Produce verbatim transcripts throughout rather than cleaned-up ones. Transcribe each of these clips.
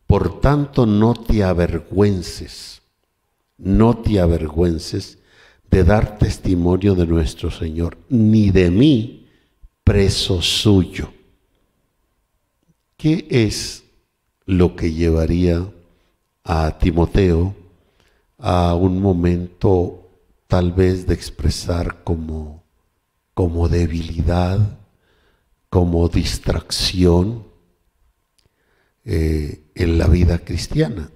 Por tanto, no te avergüences, no te avergüences de dar testimonio de nuestro Señor, ni de mí, preso suyo. ¿Qué es lo que llevaría a Timoteo a un momento tal vez de expresar como, como debilidad, como distracción eh, en la vida cristiana?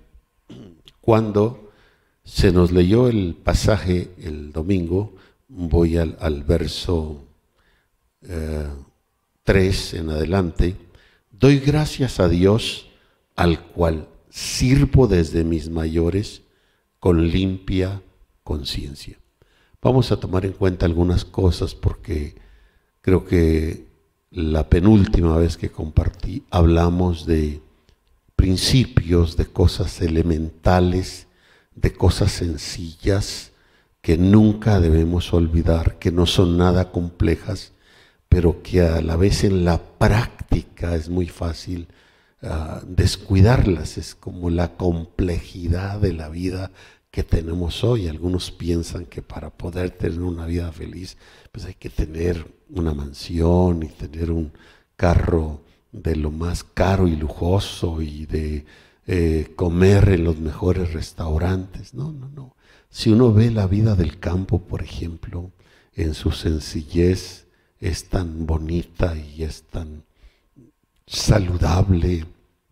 Cuando se nos leyó el pasaje el domingo, voy al, al verso eh, tres en adelante, doy gracias a Dios al cual sirvo desde mis mayores con limpia conciencia. Vamos a tomar en cuenta algunas cosas porque creo que la penúltima vez que compartí hablamos de principios, de cosas elementales, de cosas sencillas que nunca debemos olvidar, que no son nada complejas, pero que a la vez en la práctica es muy fácil uh, descuidarlas. Es como la complejidad de la vida que tenemos hoy. Algunos piensan que para poder tener una vida feliz, pues hay que tener una mansión y tener un carro de lo más caro y lujoso y de eh, comer en los mejores restaurantes. No, no, no. Si uno ve la vida del campo, por ejemplo, en su sencillez, es tan bonita y es tan saludable,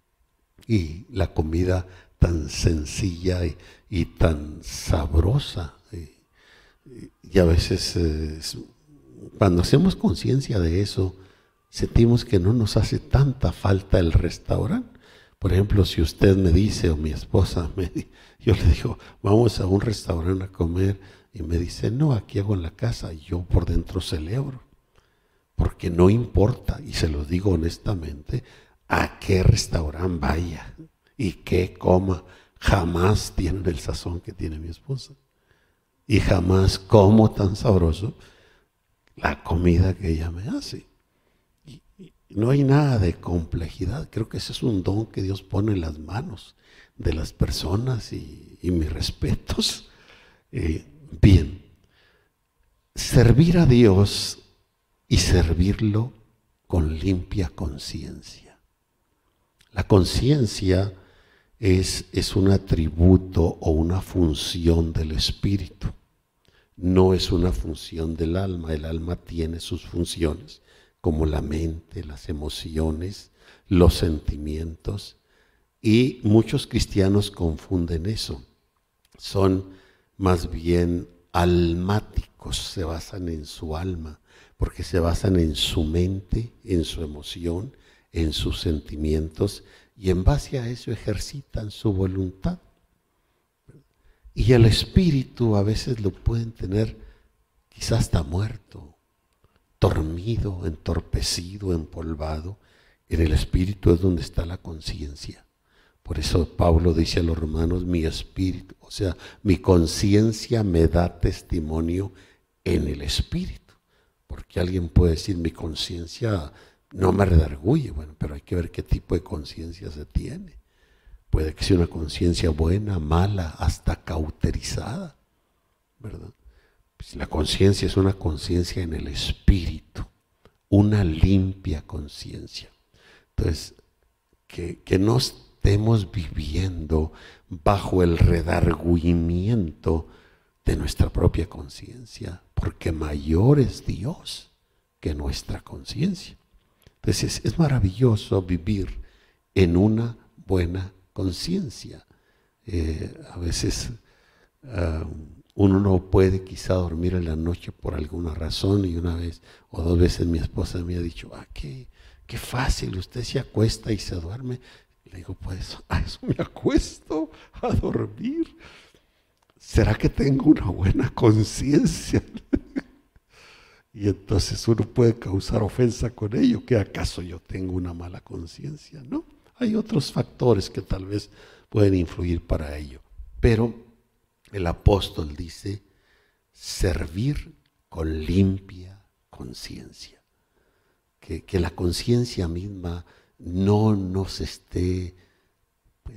y la comida tan sencilla y, y tan sabrosa. Y, y a veces eh, cuando hacemos conciencia de eso, sentimos que no nos hace tanta falta el restaurante. Por ejemplo, si usted me dice, o mi esposa, me, yo le digo, vamos a un restaurante a comer, y me dice, no, aquí hago en la casa, y yo por dentro celebro, porque no importa, y se lo digo honestamente, a qué restaurante vaya y qué coma, jamás tienen el sazón que tiene mi esposa, y jamás como tan sabroso la comida que ella me hace. Y, y no hay nada de complejidad. Creo que ese es un don que Dios pone en las manos de las personas, y, y mis respetos. Eh, bien, servir a Dios y servirlo con limpia conciencia. La conciencia es, es un atributo o una función del espíritu. No es una función del alma. El alma tiene sus funciones, como la mente, las emociones, los sentimientos, y muchos cristianos confunden eso. Son más bien almáticos, se basan en su alma, porque se basan en su mente, en su emoción, en sus sentimientos, y en base a eso ejercitan su voluntad. Y el espíritu a veces lo pueden tener quizás hasta muerto, dormido, entorpecido, empolvado. En el espíritu es donde está la conciencia. Por eso Pablo dice a los romanos, mi espíritu, o sea, mi conciencia me da testimonio en el espíritu. Porque alguien puede decir, mi conciencia no me redarguye. Bueno, pero hay que ver qué tipo de conciencia se tiene. Puede que sea una conciencia buena, mala, hasta cauterizada, ¿verdad? Pues la conciencia es una conciencia en el espíritu, una limpia conciencia. Entonces, que, que no estemos viviendo bajo el redargüimiento de nuestra propia conciencia, porque mayor es Dios que nuestra conciencia. Entonces, es, es maravilloso vivir en una buena conciencia. Eh, a veces uh, uno no puede quizá dormir en la noche por alguna razón, y una vez o dos veces mi esposa me ha dicho, ah, qué, qué fácil, usted se acuesta y se duerme. Y le digo, pues a eso me acuesto, a dormir. ¿Será que tengo una buena conciencia? Y entonces uno puede causar ofensa con ello. ¿Que acaso yo tengo una mala conciencia? No. Hay otros factores que tal vez pueden influir para ello. Pero el apóstol dice, servir con limpia conciencia. Que, que la conciencia misma no nos esté pues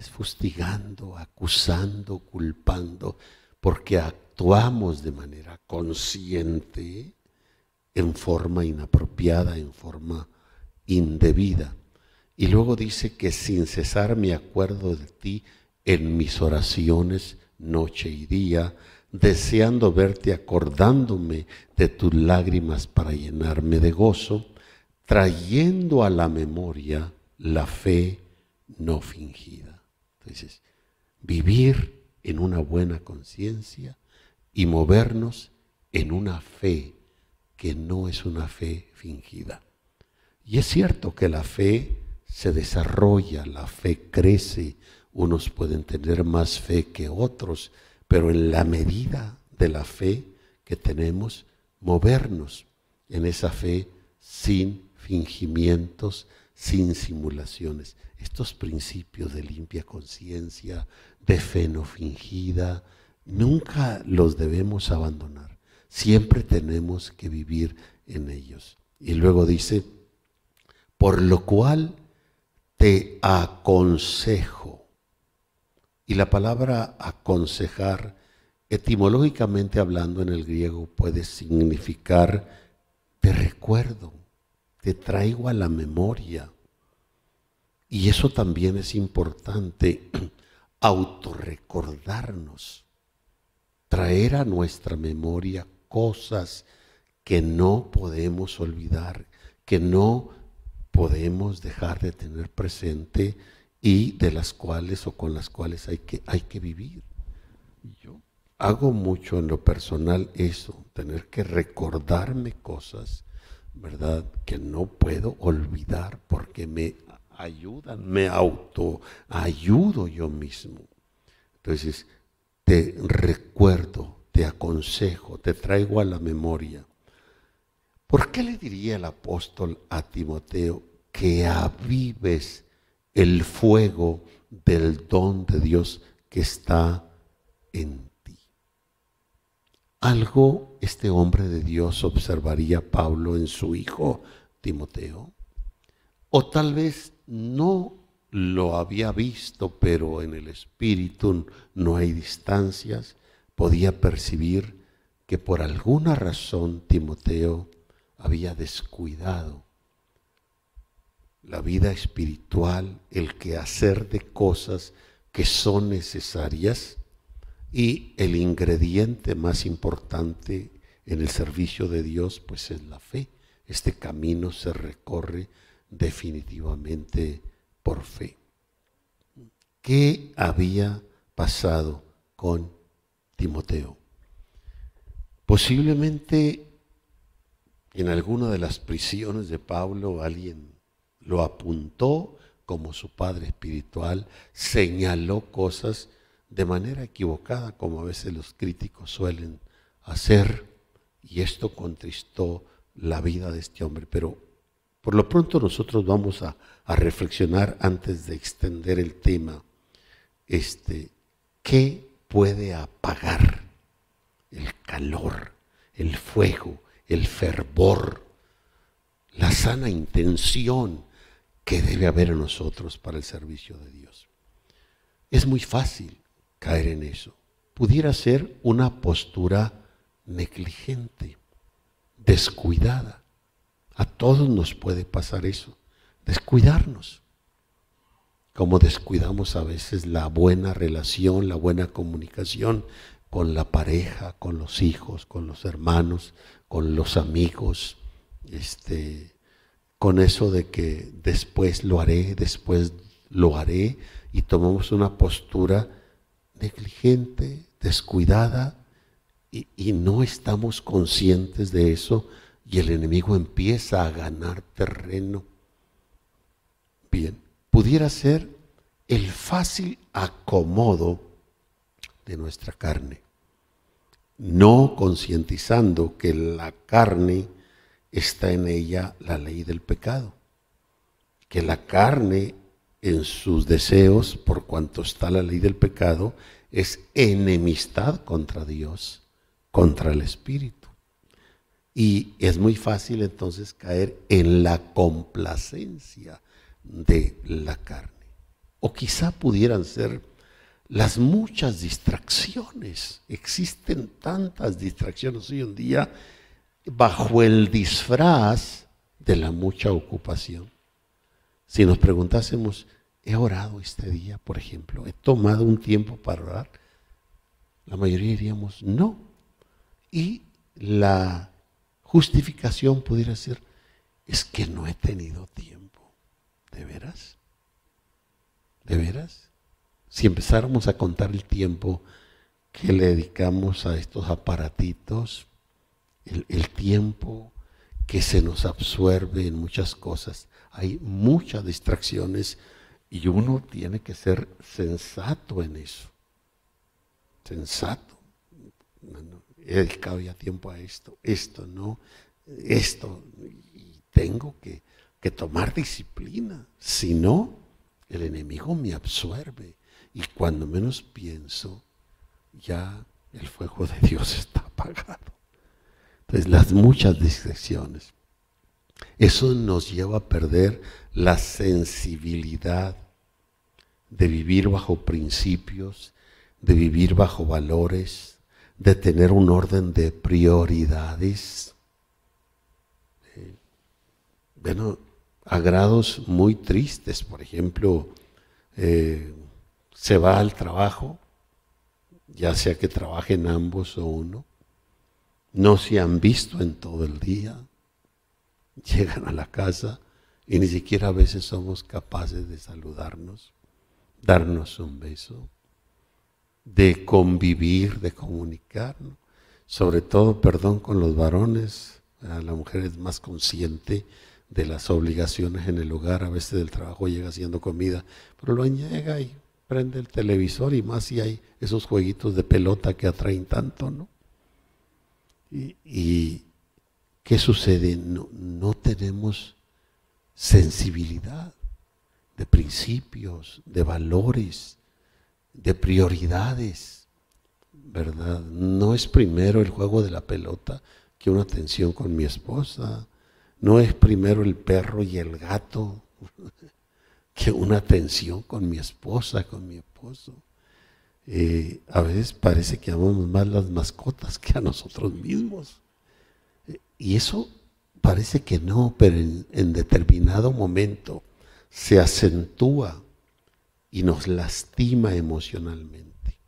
es fustigando, acusando, culpando, porque actuamos de manera consciente en forma inapropiada, en forma indebida. Y luego dice que sin cesar me acuerdo de ti en mis oraciones noche y día, deseando verte, acordándome de tus lágrimas para llenarme de gozo, trayendo a la memoria la fe no fingida. Entonces, vivir en una buena conciencia y movernos en una fe que no es una fe fingida. Y es cierto que la fe se desarrolla, la fe crece, unos pueden tener más fe que otros, pero en la medida de la fe que tenemos, movernos en esa fe sin fingimientos, sin simulaciones. Estos principios de limpia conciencia, de fe no fingida, nunca los debemos abandonar. Siempre tenemos que vivir en ellos. Y luego dice, por lo cual te aconsejo. Y la palabra aconsejar, etimológicamente hablando en el griego, puede significar te recuerdo, te traigo a la memoria. Y eso también es importante, autorrecordarnos, traer a nuestra memoria cosas que no podemos olvidar, que no podemos dejar de tener presente y de las cuales o con las cuales hay que, hay que vivir. Yo hago mucho en lo personal eso, tener que recordarme cosas, ¿verdad?, que no puedo olvidar porque me ayudan, me autoayudo yo mismo. Entonces, te recuerdo, te aconsejo, te traigo a la memoria. ¿Por qué le diría el apóstol a Timoteo que avives el fuego del don de Dios que está en ti? Algo este hombre de Dios observaría Pablo en su hijo Timoteo, o tal vez no lo había visto, pero en el espíritu no hay distancias, podía percibir que por alguna razón Timoteo había descuidado la vida espiritual, el quehacer de cosas que son necesarias y el ingrediente más importante en el servicio de Dios pues es la fe. Este camino se recorre definitivamente por fe. ¿Qué había pasado con Timoteo? Posiblemente en alguna de las prisiones de Pablo alguien lo apuntó como su padre espiritual, señaló cosas de manera equivocada, como a veces los críticos suelen hacer, y esto contristó la vida de este hombre. Pero por lo pronto nosotros vamos a, a reflexionar antes de extender el tema, este, ¿qué puede apagar el calor, el fuego, el fervor, la sana intención que debe haber en nosotros para el servicio de Dios? Es muy fácil caer en eso. Pudiera ser una postura negligente, descuidada. A todos nos puede pasar eso, descuidarnos. Como descuidamos a veces la buena relación, la buena comunicación con la pareja, con los hijos, con los hermanos, con los amigos, este, con eso de que después lo haré, después lo haré, y tomamos una postura negligente, descuidada, y, y no estamos conscientes de eso, y el enemigo empieza a ganar terreno. Bien, pudiera ser el fácil acomodo de nuestra carne, no concientizando que la carne está en ella la ley del pecado, que la carne en sus deseos, por cuanto está la ley del pecado, es enemistad contra Dios, contra el Espíritu. Y es muy fácil entonces caer en la complacencia de la carne. O quizá pudieran ser las muchas distracciones. Existen tantas distracciones hoy en día bajo el disfraz de la mucha ocupación. Si nos preguntásemos, ¿he orado este día, por ejemplo? ¿He tomado un tiempo para orar? La mayoría diríamos no. Y la justificación pudiera ser, es que no he tenido tiempo. ¿De veras? ¿De veras? Si empezáramos a contar el tiempo que le dedicamos a estos aparatitos, el, el tiempo que se nos absorbe en muchas cosas, hay muchas distracciones y uno tiene que ser sensato en eso. Sensato. Bueno, he dedicado ya tiempo a esto, esto no, esto, y tengo que, que tomar disciplina, si no, el enemigo me absorbe y cuando menos pienso, ya el fuego de Dios está apagado. Entonces, las muchas distracciones, eso nos lleva a perder la sensibilidad de vivir bajo principios, de vivir bajo valores, de tener un orden de prioridades. Eh, bueno, a grados muy tristes, por ejemplo, eh, se va al trabajo, ya sea que trabajen ambos o uno, no se han visto en todo el día, llegan a la casa y ni siquiera a veces somos capaces de saludarnos, darnos un beso, de convivir, de comunicarnos, sobre todo, perdón, con los varones. La mujer es más consciente de las obligaciones en el hogar, a veces del trabajo llega haciendo comida, pero luego llega y prende el televisor y más si hay esos jueguitos de pelota que atraen tanto, ¿no? Y, y ¿qué sucede? No, no tenemos sensibilidad de principios, de valores, de prioridades, ¿verdad? No es primero el juego de la pelota que una atención con mi esposa, no es primero el perro y el gato que una atención con mi esposa, con mi esposo. Eh, a veces parece que amamos más las mascotas que a nosotros mismos. Eh, y eso parece que no, pero en, en determinado momento se acentúa y nos lastima emocionalmente.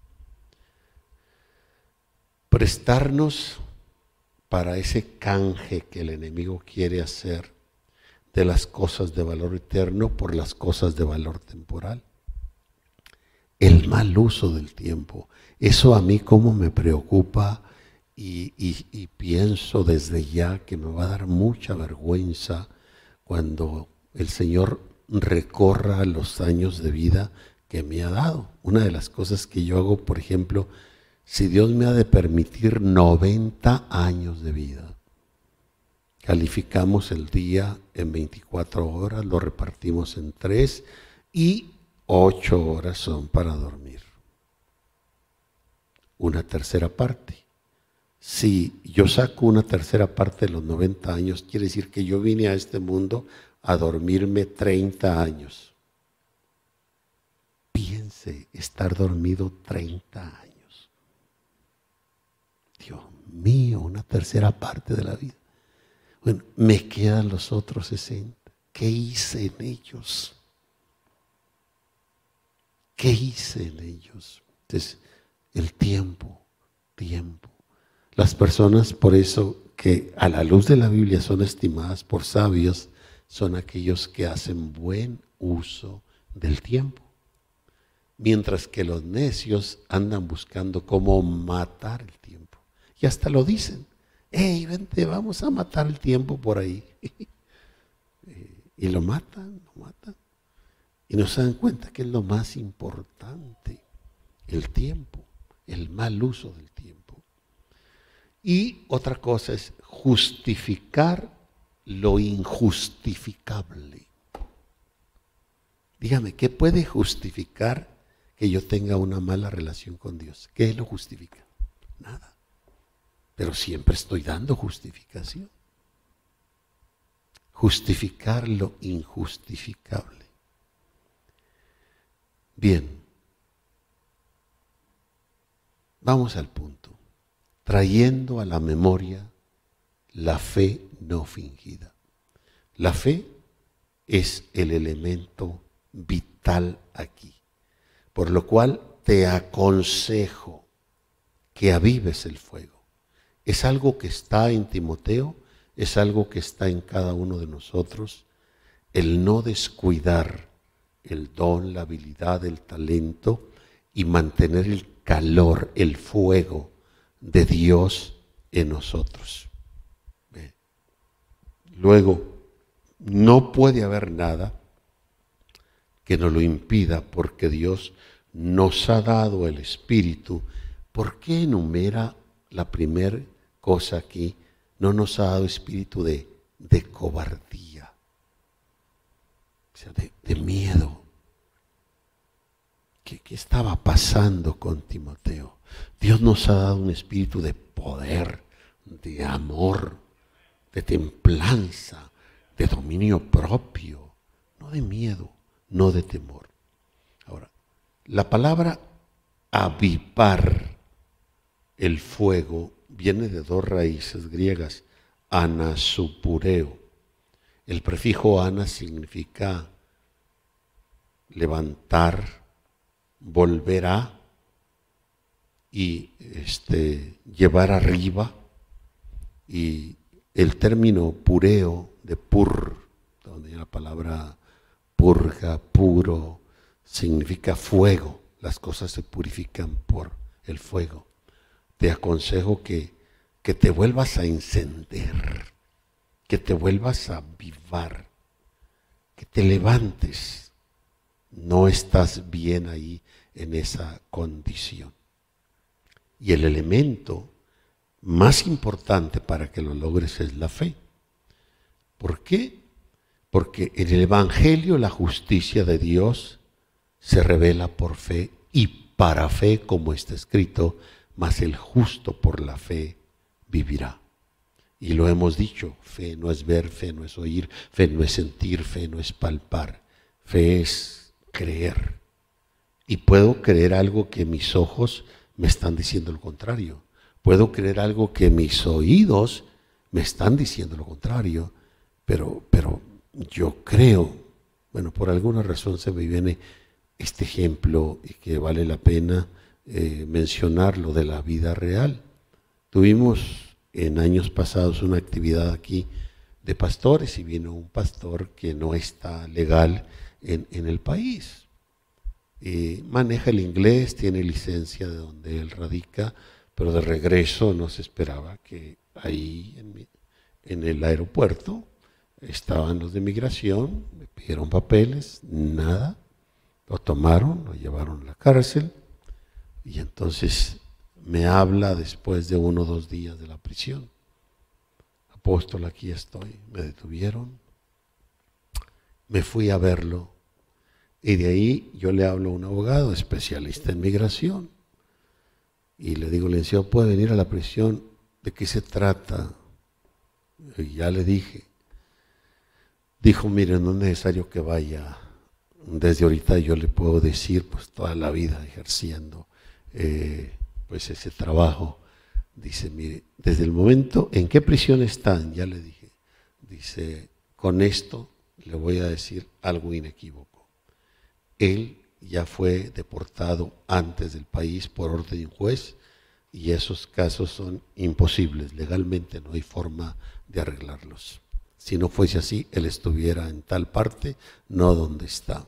Prestarnos para ese canje que el enemigo quiere hacer de las cosas de valor eterno por las cosas de valor temporal. El mal uso del tiempo, eso a mí como me preocupa y, y, y pienso desde ya que me va a dar mucha vergüenza cuando el Señor recorra los años de vida que me ha dado. Una de las cosas que yo hago, por ejemplo, si Dios me ha de permitir noventa años de vida, calificamos el día en veinticuatro horas, lo repartimos en tres y ocho horas son para dormir. Una tercera parte. Si yo saco una tercera parte de los noventa años, quiere decir que yo vine a este mundo a dormirme treinta años. Piense, estar dormido treinta años. Dios mío, una tercera parte de la vida. Bueno, me quedan los otros sesenta. ¿Qué hice en ellos? ¿Qué hice en ellos? Entonces, el tiempo, tiempo. Las personas, por eso, que a la luz de la Biblia son estimadas por sabios, son aquellos que hacen buen uso del tiempo. Mientras que los necios andan buscando cómo matar el tiempo. Y hasta lo dicen. Hey, vente, vamos a matar el tiempo por ahí. Y lo matan, lo matan. Y no se dan cuenta que es lo más importante, el tiempo, el mal uso del tiempo. Y otra cosa es justificar lo injustificable. Dígame, ¿qué puede justificar que yo tenga una mala relación con Dios? ¿Qué lo justifica? Nada. Pero siempre estoy dando justificación. Justificar lo injustificable. Bien, vamos al punto. Trayendo a la memoria la fe no fingida. La fe es el elemento vital aquí, por lo cual te aconsejo que avives el fuego. Es algo que está en Timoteo, es algo que está en cada uno de nosotros, el no descuidar el don, la habilidad, el talento y mantener el calor, el fuego de Dios en nosotros. ¿Ve? Luego, no puede haber nada que nos lo impida porque Dios nos ha dado el Espíritu. ¿Por qué enumera la primera cosa aquí? No nos ha dado espíritu de, de cobardía, o sea, de, de miedo. ¿Qué, ¿Qué estaba pasando con Timoteo? Dios nos ha dado un espíritu de poder, de amor, de templanza, de dominio propio, no de miedo, no de temor. Ahora, la palabra avivar el fuego viene de dos raíces griegas, anasupureo. El prefijo ana significa levantar, volver a y este, llevar arriba, y el término pureo de pur, donde la palabra purga, puro, significa fuego. Las cosas se purifican por el fuego. Te aconsejo que, que te vuelvas a encender, que te vuelvas a avivar, que te levantes. No estás bien ahí en esa condición. Y el elemento más importante para que lo logres es la fe. ¿Por qué? Porque en el Evangelio la justicia de Dios se revela por fe y para fe, como está escrito, mas el justo por la fe vivirá. Y lo hemos dicho, fe no es ver, fe no es oír, fe no es sentir, fe no es palpar, fe es creer. Y puedo creer algo que mis ojos me están diciendo lo contrario. Puedo creer algo que mis oídos me están diciendo lo contrario, pero, pero yo creo, bueno, por alguna razón se me viene este ejemplo y que vale la pena eh, mencionarlo de la vida real. Tuvimos en años pasados una actividad aquí de pastores y vino un pastor que no está legal en, en el país. Eh, maneja el inglés, tiene licencia de donde él radica, pero de regreso no se esperaba que ahí en, mi, en el aeropuerto estaban los de migración, me pidieron papeles, nada, lo tomaron, lo llevaron a la cárcel y entonces me habla después de uno o dos días de la prisión. Apóstol, aquí estoy, me detuvieron, me fui a verlo. Y de ahí yo le hablo a un abogado especialista en migración y le digo, licenciado, ¿puede venir a la prisión? ¿De qué se trata? Y ya le dije. Dijo, mire, no es necesario que vaya. Desde ahorita yo le puedo decir, pues toda la vida ejerciendo eh, pues ese trabajo. Dice, mire, desde el momento, ¿en qué prisión están? Ya le dije. Dice, con esto le voy a decir algo inequívoco. Él ya fue deportado antes del país por orden de un juez y esos casos son imposibles, legalmente no hay forma de arreglarlos. Si no fuese así, él estuviera en tal parte, no donde está.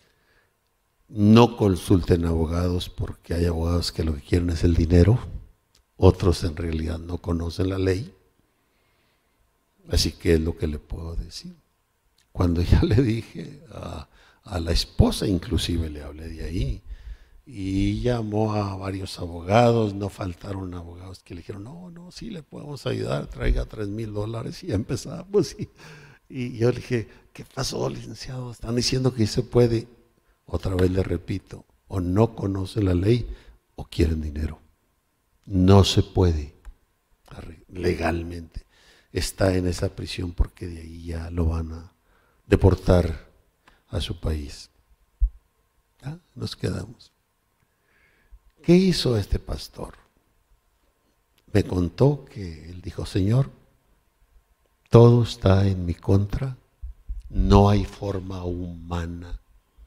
No consulten abogados porque hay abogados que lo que quieren es el dinero, otros en realidad no conocen la ley, así que es lo que le puedo decir. Cuando ya le dije a A la esposa inclusive le hablé de ahí y llamó a varios abogados, no faltaron abogados que le dijeron, no, no, sí le podemos ayudar, traiga tres mil dólares y ya empezamos. Y, y yo le dije, ¿qué pasó, licenciado? Están diciendo que se puede. Otra vez le repito, o no conoce la ley o quieren dinero. No se puede legalmente. Está en esa prisión porque de ahí ya lo van a deportar a su país. ¿Ya? Nos quedamos. ¿Qué hizo este pastor? Me contó que él dijo, Señor, todo está en mi contra, no hay forma humana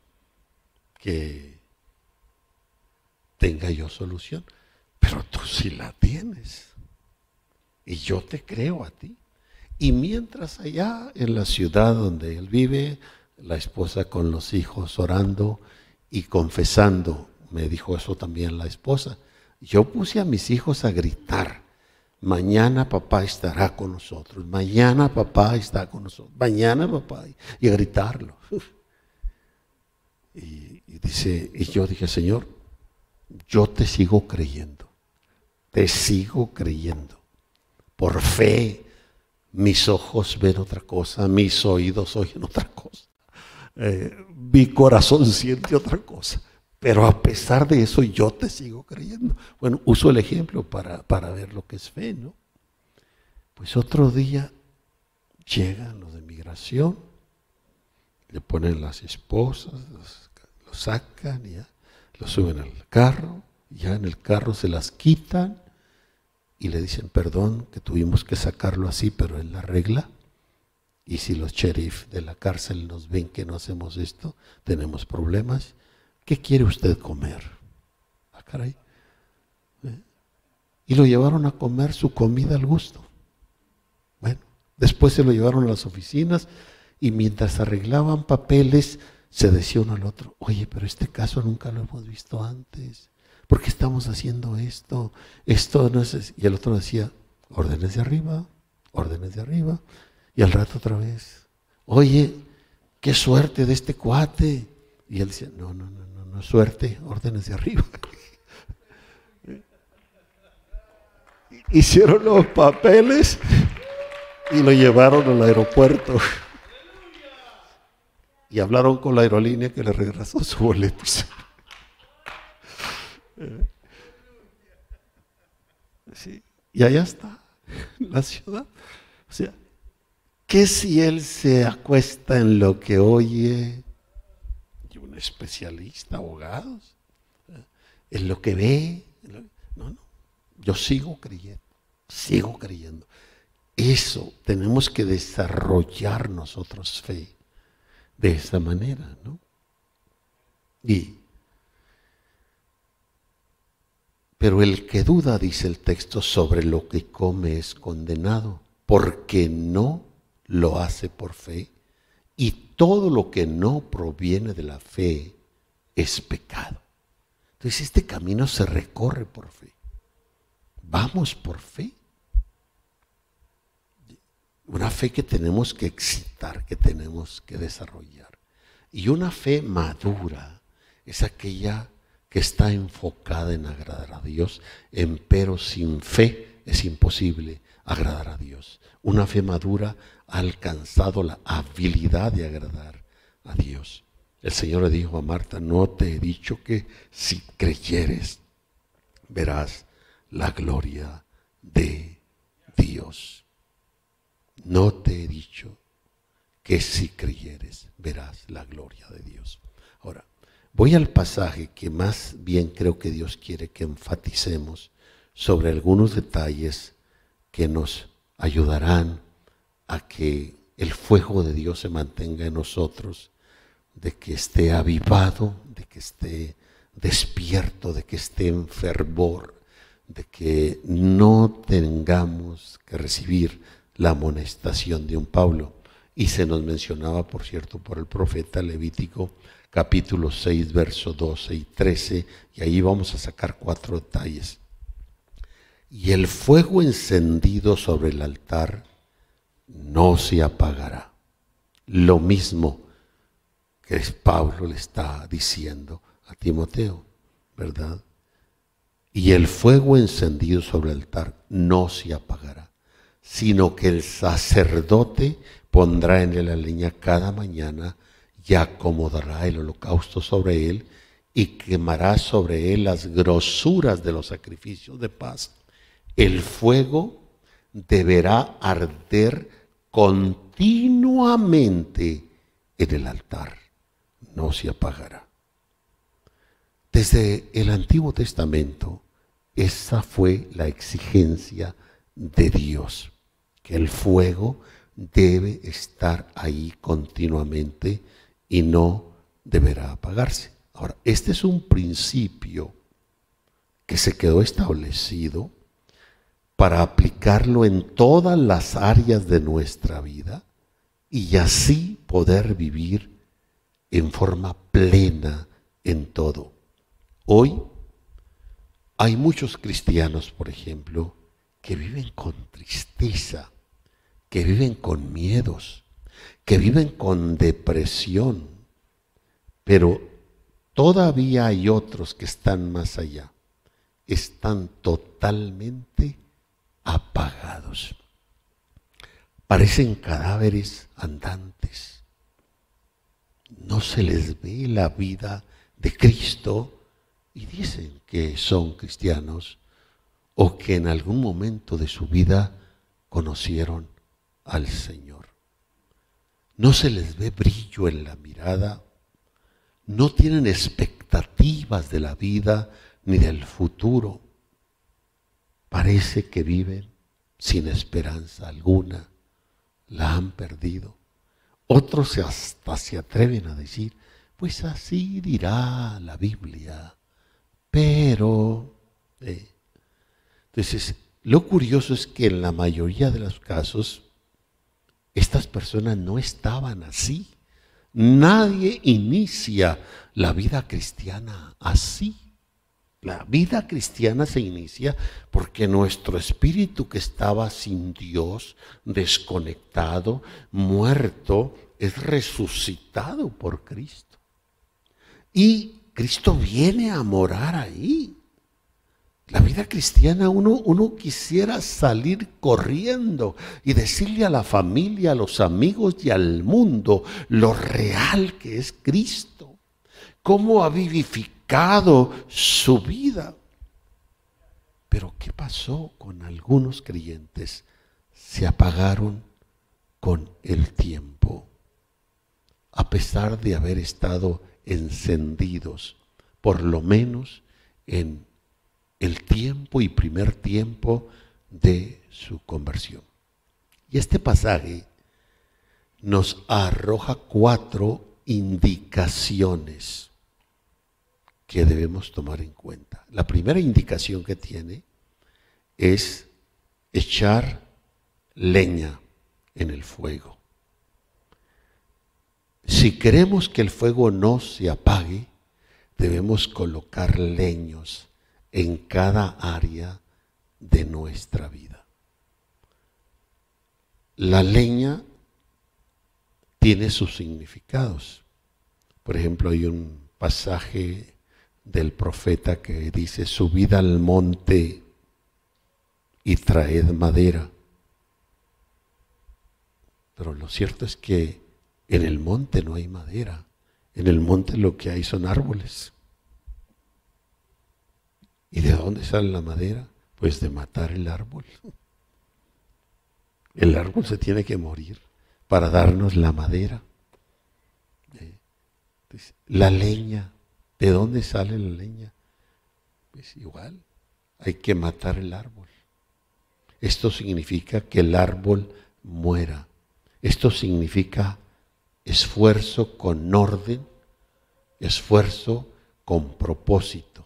que tenga yo solución, pero tú sí la tienes y yo te creo a ti. Y mientras allá en la ciudad donde él vive, la esposa con los hijos orando y confesando, me dijo eso también la esposa, yo puse a mis hijos a gritar, mañana papá estará con nosotros, mañana papá está con nosotros, mañana papá, y a gritarlo. Y, y dice, y yo dije, Señor, yo te sigo creyendo, te sigo creyendo, por fe. Mis ojos ven otra cosa, mis oídos oyen otra cosa, eh, mi corazón siente otra cosa, pero a pesar de eso yo te sigo creyendo. Bueno, uso el ejemplo para, para ver lo que es fe, ¿no? Pues otro día llegan los de migración, le ponen las esposas, los, lo sacan, ya, lo suben al carro, ya en el carro se las quitan, y le dicen, perdón, que tuvimos que sacarlo así, pero es la regla. Y si los sheriff de la cárcel nos ven que no hacemos esto, tenemos problemas. ¿Qué quiere usted comer? Ah, caray. ¿Eh? Y lo llevaron a comer su comida al gusto. Bueno, después se lo llevaron a las oficinas y mientras arreglaban papeles, se decía uno al otro, oye, pero este caso nunca lo hemos visto antes. ¿Por qué estamos haciendo esto? Esto no es... Y el otro decía, órdenes de arriba, órdenes de arriba. Y al rato otra vez, oye, qué suerte de este cuate. Y él decía, no, no, no, no, no suerte, órdenes de arriba. Hicieron los papeles y lo llevaron al aeropuerto. Y hablaron con la aerolínea que le regresó su boleto. Sí, y allá está la ciudad. O sea, ¿qué si él se acuesta en lo que oye? Y un especialista, abogados, en lo que ve. No, no, yo sigo creyendo, sigo creyendo. Eso, tenemos que desarrollar nosotros fe de esa manera, ¿no? Y pero el que duda, dice el texto, sobre lo que come es condenado, porque no lo hace por fe, y todo lo que no proviene de la fe es pecado. Entonces este camino se recorre por fe. Vamos por fe. Una fe que tenemos que excitar, que tenemos que desarrollar. Y una fe madura es aquella que está enfocada en agradar a Dios, empero sin fe es imposible agradar a Dios. Una fe madura ha alcanzado la habilidad de agradar a Dios. El Señor le dijo a Marta, no te he dicho que si creyeres verás la gloria de Dios. No te he dicho que si creyeres verás la gloria de Dios. Ahora, voy al pasaje que más bien creo que Dios quiere que enfaticemos sobre algunos detalles que nos ayudarán a que el fuego de Dios se mantenga en nosotros, de que esté avivado, de que esté despierto, de que esté en fervor, de que no tengamos que recibir la amonestación de un Pablo. Y se nos mencionaba, por cierto, por el profeta Levítico, capítulo seis, versos doce y trece, y ahí vamos a sacar cuatro detalles. Y el fuego encendido sobre el altar no se apagará. Lo mismo que Pablo le está diciendo a Timoteo, ¿verdad? Y el fuego encendido sobre el altar no se apagará, sino que el sacerdote pondrá en él la leña cada mañana y acomodará el holocausto sobre él y quemará sobre él las grosuras de los sacrificios de paz. El fuego deberá arder continuamente en el altar, no se apagará. Desde el Antiguo Testamento, esa fue la exigencia de Dios, que el fuego debe estar ahí continuamente y no deberá apagarse. Ahora, este es un principio que se quedó establecido para aplicarlo en todas las áreas de nuestra vida y así poder vivir en forma plena en todo. Hoy hay muchos cristianos, por ejemplo, que viven con tristeza, que viven con miedos, que viven con depresión, pero todavía hay otros que están más allá, están totalmente apagados. Parecen cadáveres andantes. No se les ve la vida de Cristo y dicen que son cristianos o que en algún momento de su vida conocieron al Señor. No se les ve brillo en la mirada, no tienen expectativas de la vida ni del futuro. Parece que viven sin esperanza alguna, la han perdido. Otros hasta se atreven a decir, pues así dirá la Biblia, pero... Eh. Entonces, lo curioso es que en la mayoría de los casos, estas personas no estaban así. Nadie inicia la vida cristiana así. La vida cristiana se inicia porque nuestro espíritu que estaba sin Dios, desconectado, muerto, es resucitado por Cristo. Y Cristo viene a morar ahí. La vida cristiana, uno, uno quisiera salir corriendo y decirle a la familia, a los amigos y al mundo lo real que es Cristo, cómo ha vivificado su vida. Pero ¿qué pasó con algunos creyentes? Se apagaron con el tiempo, a pesar de haber estado encendidos, por lo menos en el tiempo y primer tiempo de su conversión. Y este pasaje nos arroja cuatro indicaciones que debemos tomar en cuenta. La primera indicación que tiene es echar leña en el fuego. Si queremos que el fuego no se apague, debemos colocar leños en cada área de nuestra vida. La leña tiene sus significados. Por ejemplo, hay un pasaje del profeta que dice, subid al monte y traed madera. Pero lo cierto es que en el monte no hay madera. En el monte lo que hay son árboles. ¿Y de dónde sale la madera? Pues de matar el árbol. El árbol se tiene que morir para darnos la madera. Entonces, la leña, ¿de dónde sale la leña? Pues igual, hay que matar el árbol. Esto significa que el árbol muera. Esto significa esfuerzo con orden, esfuerzo con propósito.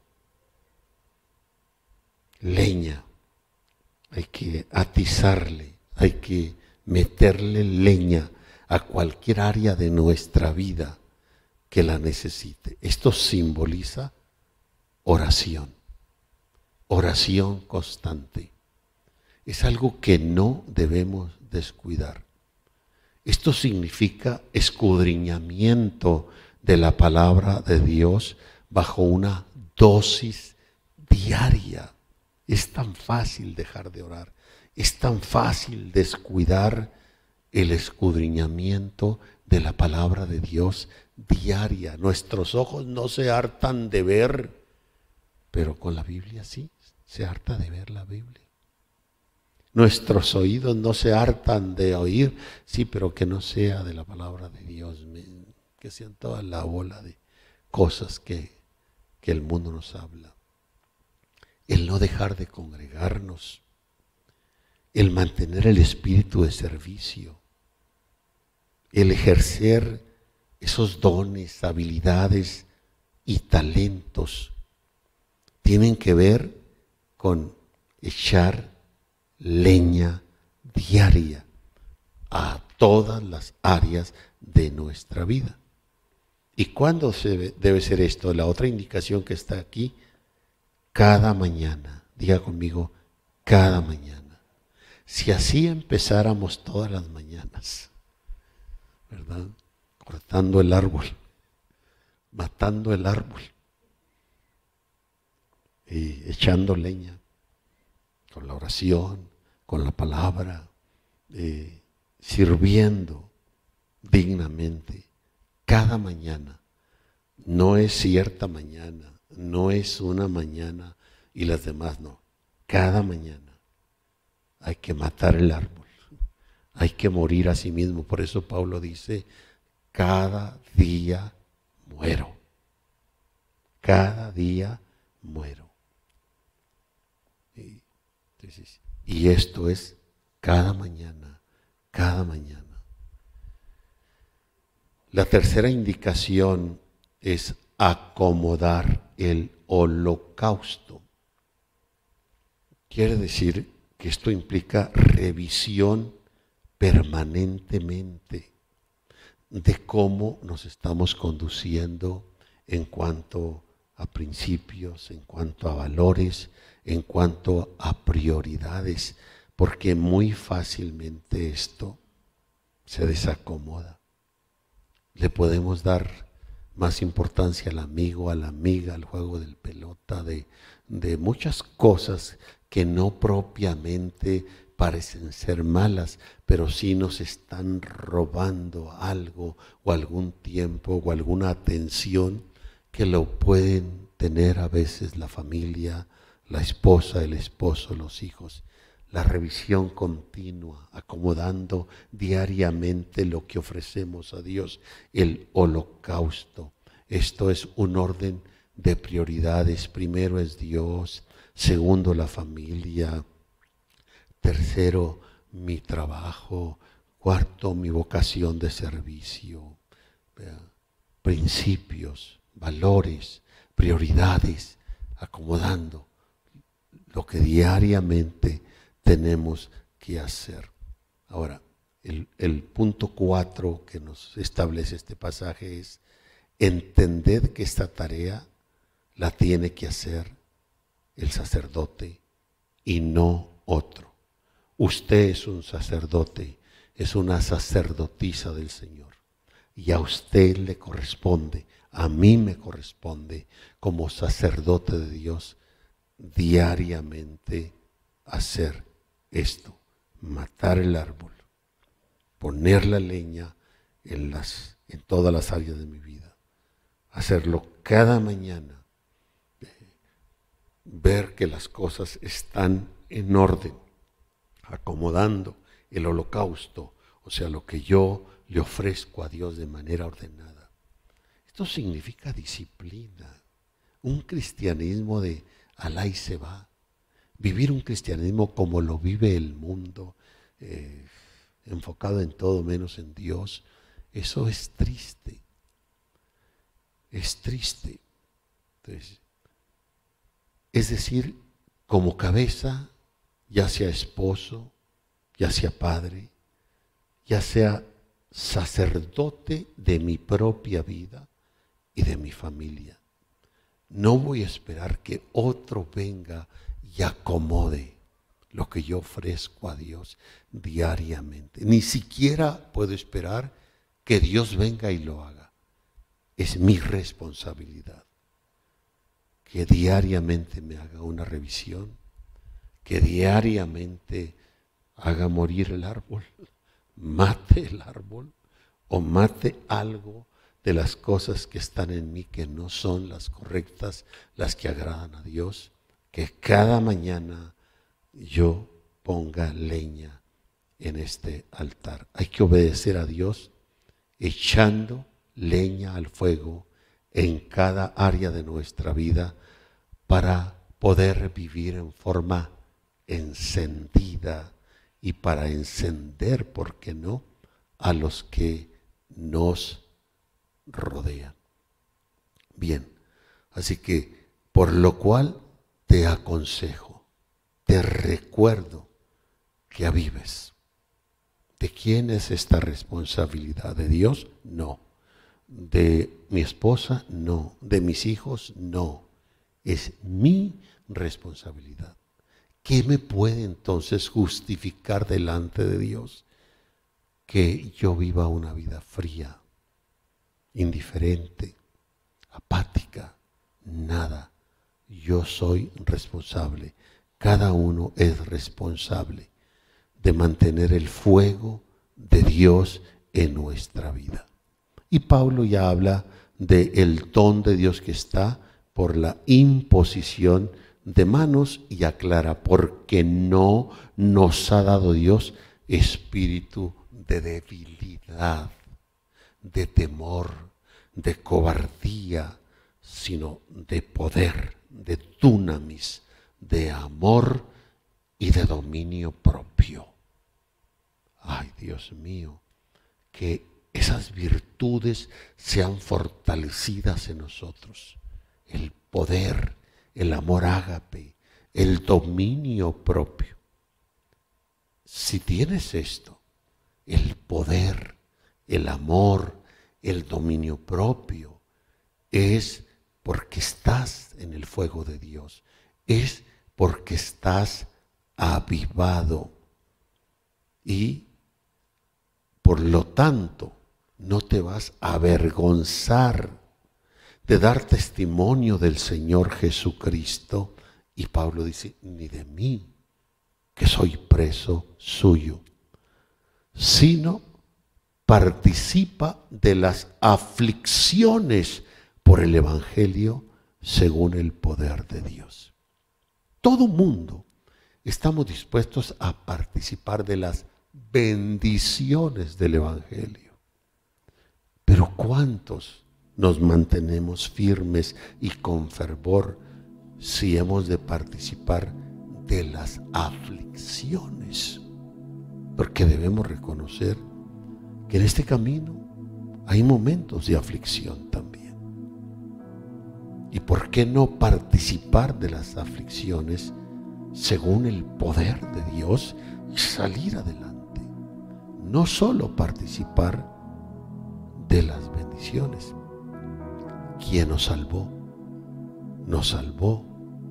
Leña, hay que atizarle, hay que meterle leña a cualquier área de nuestra vida que la necesite. Esto simboliza oración, oración constante. Es algo que no debemos descuidar. Esto significa escudriñamiento de la palabra de Dios bajo una dosis diaria. Es tan fácil dejar de orar, es tan fácil descuidar el escudriñamiento de la palabra de Dios diaria. Nuestros ojos no se hartan de ver, pero con la Biblia sí, se harta de ver la Biblia. Nuestros oídos no se hartan de oír, sí, pero que no sea de la palabra de Dios, que sean toda la bola de cosas que, que el mundo nos habla. El no dejar de congregarnos, el mantener el espíritu de servicio, el ejercer esos dones, habilidades y talentos, tienen que ver con echar leña diaria a todas las áreas de nuestra vida. ¿Y cuándo se debe, debe ser esto? La otra indicación que está aquí, cada mañana. Diga conmigo, cada mañana. Si así empezáramos todas las mañanas, ¿verdad? Cortando el árbol, matando el árbol y echando leña con la oración, con la palabra, eh, sirviendo dignamente cada mañana. No es cierta mañana, no es una mañana y las demás no. Cada mañana hay que matar el árbol, hay que morir a sí mismo. Por eso Pablo dice, cada día muero, cada día muero. Y, entonces, y esto es cada mañana, cada mañana. La tercera indicación es acomodar el holocausto. Quiere decir que esto implica revisión permanentemente de cómo nos estamos conduciendo en cuanto a principios, en cuanto a valores, en cuanto a prioridades, porque muy fácilmente esto se desacomoda. Le podemos dar más importancia al amigo, a la amiga, al juego del pelota, de, de muchas cosas que no propiamente parecen ser malas, pero sí nos están robando algo o algún tiempo o alguna atención que lo pueden tener a veces la familia, la esposa, el esposo, los hijos. La revisión continua, acomodando diariamente lo que ofrecemos a Dios, el holocausto. Esto es un orden de prioridades. Primero es Dios, segundo la familia, tercero mi trabajo, cuarto mi vocación de servicio, principios, valores, prioridades, acomodando lo que diariamente tenemos que hacer. Ahora, el, el punto cuatro que nos establece este pasaje es entender que esta tarea la tiene que hacer el sacerdote y no otro. Usted es un sacerdote, es una sacerdotisa del Señor y a usted le corresponde, a mí me corresponde como sacerdote de Dios diariamente hacer esto, matar el árbol, poner la leña en, las, en todas las áreas de mi vida, hacerlo cada mañana, ver que las cosas están en orden, acomodando el holocausto, o sea, lo que yo le ofrezco a Dios de manera ordenada. Esto significa disciplina, un cristianismo de alá y se va. Vivir un cristianismo como lo vive el mundo, eh, enfocado en todo menos en Dios, eso es triste. Es triste. Entonces, es decir, como cabeza, ya sea esposo, ya sea padre, ya sea sacerdote de mi propia vida y de mi familia. No voy a esperar que otro venga y acomode lo que yo ofrezco a Dios diariamente. Ni siquiera puedo esperar que Dios venga y lo haga. Es mi responsabilidad que diariamente me haga una revisión, que diariamente haga morir el árbol, mate el árbol o mate algo de las cosas que están en mí que no son las correctas, las que agradan a Dios, que cada mañana yo ponga leña en este altar. Hay que obedecer a Dios echando leña al fuego en cada área de nuestra vida para poder vivir en forma encendida y para encender, ¿por qué no?, a los que nos rodean. Bien, así que por lo cual te aconsejo, te recuerdo que avives. ¿De quién es esta responsabilidad? ¿De Dios? No. ¿De mi esposa? No. ¿De mis hijos? No. Es mi responsabilidad. ¿Qué me puede entonces justificar delante de Dios? Que yo viva una vida fría, indiferente, apática, nada. Yo soy responsable. Cada uno es responsable de mantener el fuego de Dios en nuestra vida. Y Pablo ya habla del don de Dios que está por la imposición de manos y aclara, porque no nos ha dado Dios espíritu de debilidad, de temor, de cobardía, sino de poder, de dunamis, de amor y de dominio propio. Ay, Dios mío, que esas virtudes sean fortalecidas en nosotros. El poder, el amor ágape, el dominio propio. Si tienes esto, el poder, el amor, el dominio propio, es porque estás en el fuego de Dios, es porque estás avivado y por lo tanto no te vas a avergonzar de dar testimonio del Señor Jesucristo. Y Pablo dice, ni de mí, que soy preso suyo, sino participa de las aflicciones por el Evangelio según el poder de Dios. Todo mundo estamos dispuestos a participar de las bendiciones del Evangelio. Pero ¿cuántos nos mantenemos firmes y con fervor si hemos de participar de las aflicciones? Porque debemos reconocer que en este camino hay momentos de aflicción también. ¿Y por qué no participar de las aflicciones según el poder de Dios y salir adelante? No solo participar de las bendiciones. ¿Quién nos salvó? Nos salvó.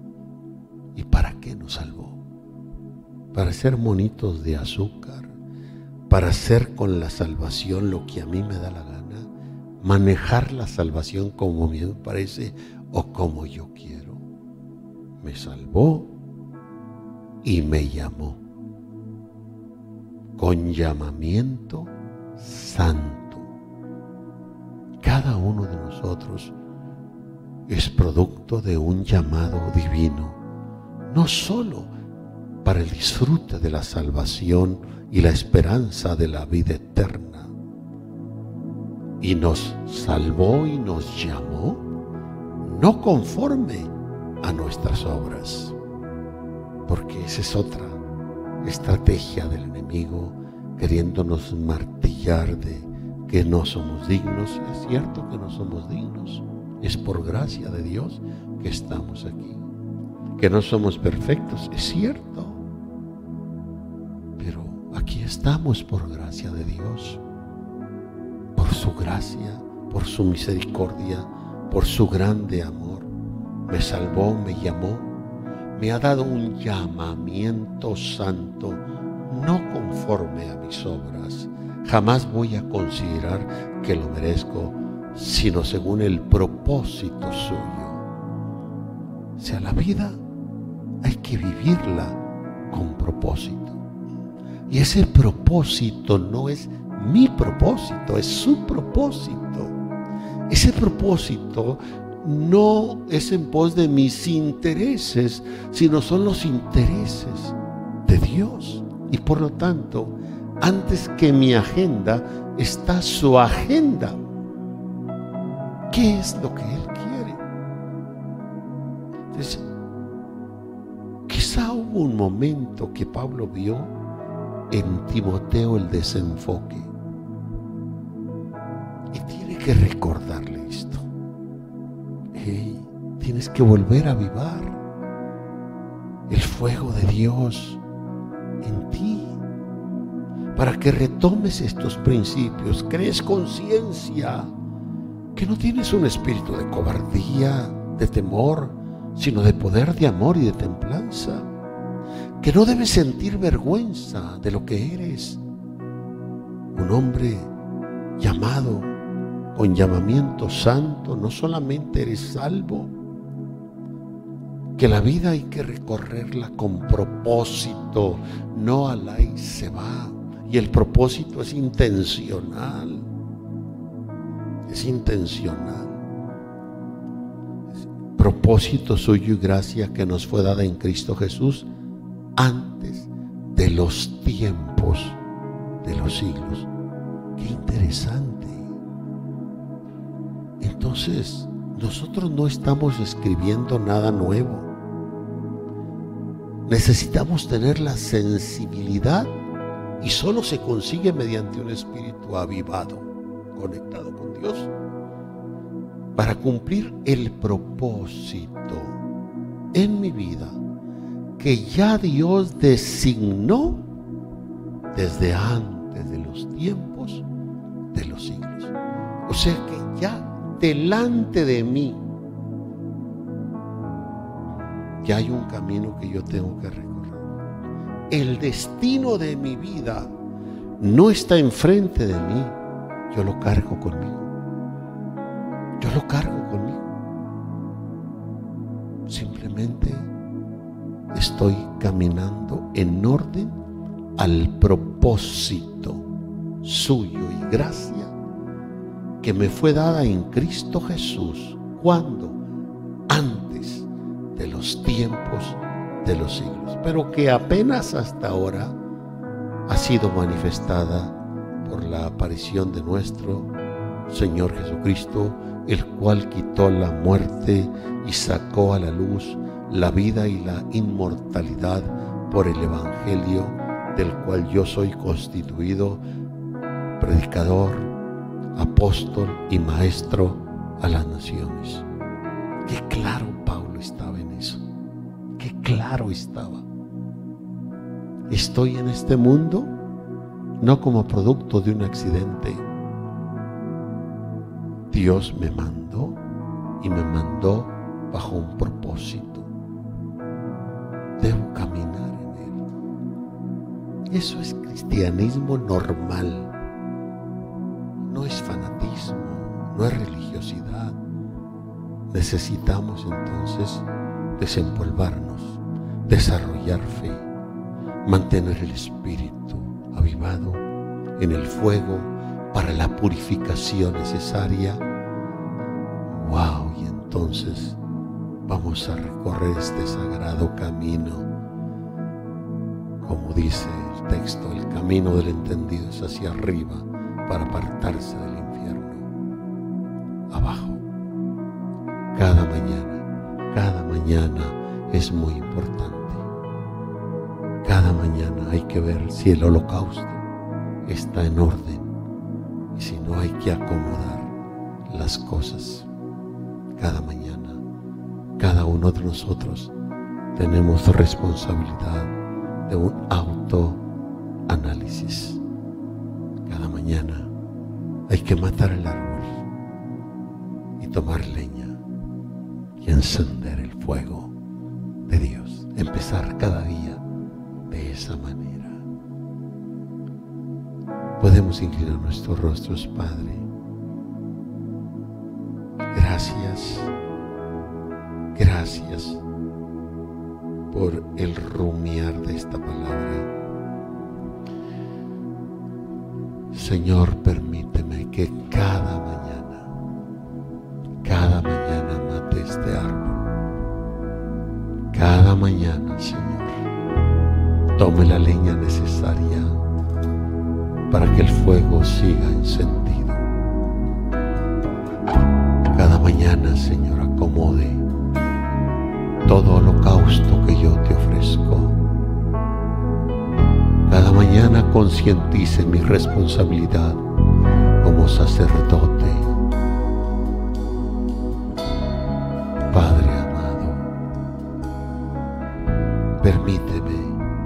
¿Y para qué nos salvó? Para ser monitos de azúcar, para hacer con la salvación lo que a mí me da la gana, manejar la salvación como me parece o como yo quiero. Me salvó y me llamó con llamamiento santo. Cada uno de nosotros es producto de un llamado divino, no solo para el disfrute de la salvación y la esperanza de la vida eterna. Y nos salvó y nos llamó no conforme a nuestras obras, porque esa es otra estrategia del enemigo, queriéndonos martillar de que no somos dignos. Es cierto que no somos dignos, es por gracia de Dios que estamos aquí. Que no somos perfectos, es cierto, pero aquí estamos por gracia de Dios, por su gracia, por su misericordia, por su grande amor. Me salvó, me llamó, me ha dado un llamamiento santo, no conforme a mis obras. Jamás voy a considerar que lo merezco, sino según el propósito suyo. O sea, la vida hay que vivirla con propósito. Y ese propósito no es mi propósito, es su propósito. Ese propósito no es en pos de mis intereses, sino son los intereses de Dios. Y por lo tanto, antes que mi agenda está su agenda. ¿Qué es lo que Él quiere? Entonces, quizá hubo un momento que Pablo vio en Timoteo el desenfoque y tiene que recordarle esto. Hey, tienes que volver a avivar el fuego de Dios en ti para que retomes estos principios, crees conciencia que no tienes un espíritu de cobardía, de temor, sino de poder, de amor y de templanza, que no debes sentir vergüenza de lo que eres, un hombre llamado con llamamiento santo. No solamente eres salvo, que la vida hay que recorrerla con propósito, no al ahí se va, y el propósito es intencional, es intencional. Propósito suyo y gracia que nos fue dada en Cristo Jesús antes de los tiempos de los siglos. Qué interesante. Entonces, nosotros no estamos escribiendo nada nuevo. Necesitamos tener la sensibilidad, y solo se consigue mediante un espíritu avivado, conectado con Dios, para cumplir el propósito en mi vida que ya Dios designó desde antes de los tiempos de los siglos. O sea que ya delante de mí ya hay un camino que yo tengo que recorrer. El destino de mi vida no está enfrente de mí, yo lo cargo conmigo. Yo lo cargo conmigo. Simplemente estoy caminando en orden al propósito suyo y gracia que me fue dada en Cristo Jesús. ¿Cuándo? Antes de los tiempos de los siglos, pero que apenas hasta ahora ha sido manifestada por la aparición de nuestro Señor Jesucristo, el cual quitó la muerte y sacó a la luz la vida y la inmortalidad por el Evangelio, del cual yo soy constituido predicador, apóstol y maestro a las naciones. Qué claro Pablo estaba en eso. Qué claro estaba. Estoy en este mundo no como producto de un accidente. Dios me mandó y me mandó bajo un propósito. Debo caminar en él. Eso es cristianismo normal. No es fanatismo, no es religiosidad. Necesitamos entonces desempolvarnos, desarrollar fe, mantener el espíritu avivado en el fuego para la purificación necesaria. Wow, y entonces vamos a recorrer este sagrado camino. Como dice el texto, el camino del entendido es hacia arriba para apartarse del infierno. Abajo. Cada mañana, cada mañana es muy importante. Cada mañana hay que ver si el holocausto está en orden y si no, hay que acomodar las cosas. Cada mañana, cada uno de nosotros tenemos responsabilidad de un autoanálisis. Cada mañana hay que matar el árbol y tomar leña y encender el fuego de Dios. Empezar cada día de esa manera. Podemos inclinar nuestros rostros, Padre. Gracias, gracias por el rumiar de esta palabra. Señor, permíteme que cada mañana, cada mañana mate este árbol. Cada mañana, Señor, tome la leña necesaria para que el fuego siga encendido. Cada mañana, Señor, acomode todo holocausto que yo te ofrezco. Cada mañana concientice mi responsabilidad como sacerdote. Padre amado, permíteme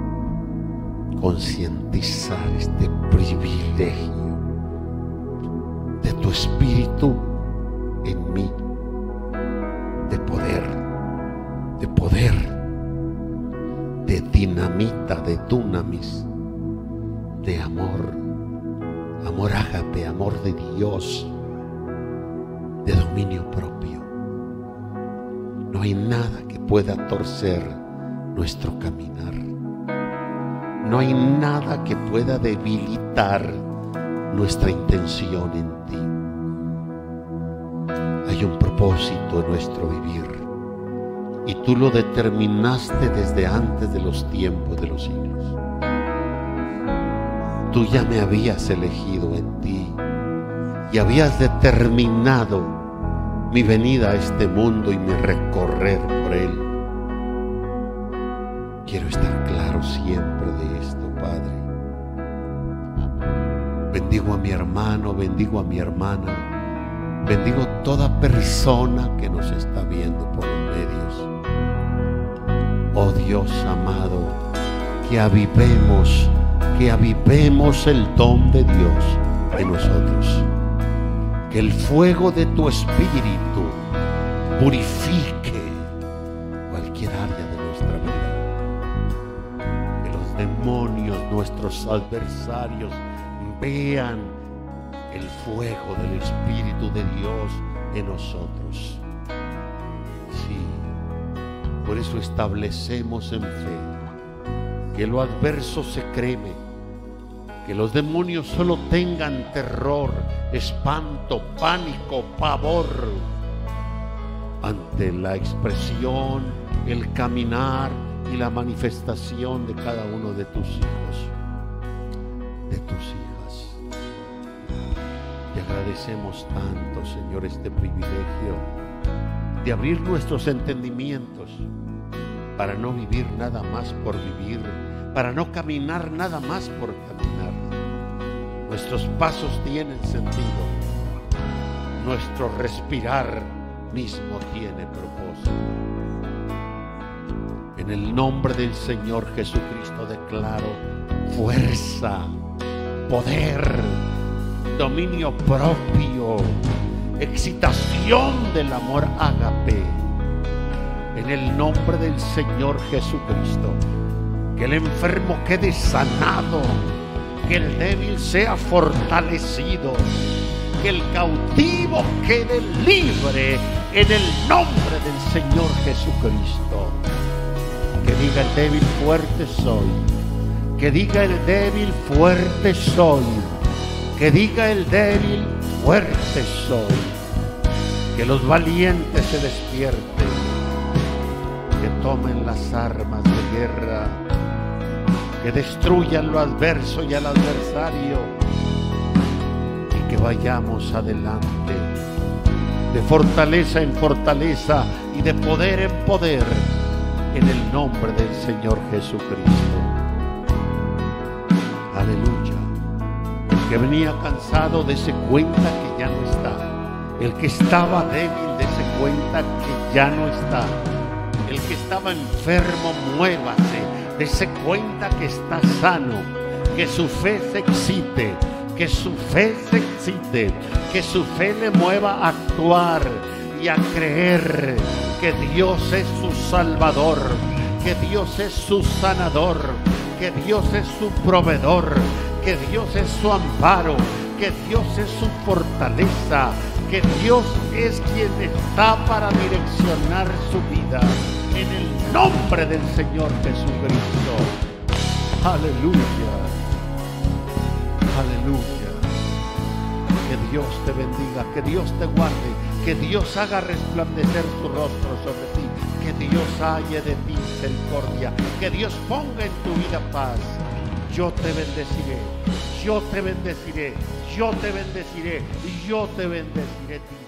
concientizar este privilegio de tu Espíritu en mí, de poder, de poder, de dinamita, de dunamis, de amor, amor ágape, amor de Dios, de dominio propio. No hay nada que pueda torcer nuestro caminar. No hay nada que pueda debilitar nuestra intención en ti. Hay un propósito en nuestro vivir y tú lo determinaste desde antes de los tiempos de los siglos. Tú ya me habías elegido en ti y habías determinado mi venida a este mundo y mi recorrer por él. Quiero estar claro siempre de esto, Padre. Bendigo a mi hermano, bendigo a mi hermana, bendigo toda persona que nos está viendo por los medios. Oh Dios amado, que avivemos, que avivemos el don de Dios en nosotros. Que el fuego de tu Espíritu purifique cualquier área de nuestra vida. Que los demonios, nuestros adversarios, vean el fuego del Espíritu de Dios en nosotros. Sí, por eso establecemos en fe que lo adverso se creme, que los demonios solo tengan terror, espanto, pánico, pavor ante la expresión, el caminar y la manifestación de cada uno de tus hijos, de tus hijas. Te agradecemos tanto, Señor, este privilegio de abrir nuestros entendimientos para no vivir nada más por vivir, para no caminar nada más por caminar. Nuestros pasos tienen sentido, nuestro respirar mismo tiene propósito. En el nombre del Señor Jesucristo declaro fuerza, poder, dominio propio, excitación del amor ágape. En el nombre del Señor Jesucristo, que el enfermo quede sanado, que el débil sea fortalecido, que el cautivo quede libre en el nombre del Señor Jesucristo. Que diga el débil, fuerte soy. Que diga el débil, fuerte soy. Que diga el débil, fuerte soy. Que los valientes se despierten, que tomen las armas de guerra, que destruyan lo adverso y al adversario, y que vayamos adelante de fortaleza en fortaleza y de poder en poder, en el nombre del Señor Jesucristo. Aleluya. El que venía cansado, dése cuenta que ya no está. El que estaba débil, dése cuenta que ya no está. El que estaba enfermo, muévase, dése cuenta que está sano, que su fe se excite, que su fe se excite, que su fe le mueva a actuar y a creer que Dios es su Salvador, que Dios es su sanador, que Dios es su proveedor, que Dios es su amparo, que Dios es su fortaleza, que Dios es quien está para direccionar su vida. En el nombre del Señor Jesucristo. Aleluya. Aleluya. Que Dios te bendiga, que Dios te guarde, que Dios haga resplandecer su rostro sobre ti, que Dios halle de ti misericordia, que Dios ponga en tu vida paz. Yo te bendeciré, yo te bendeciré, yo te bendeciré, yo te bendeciré.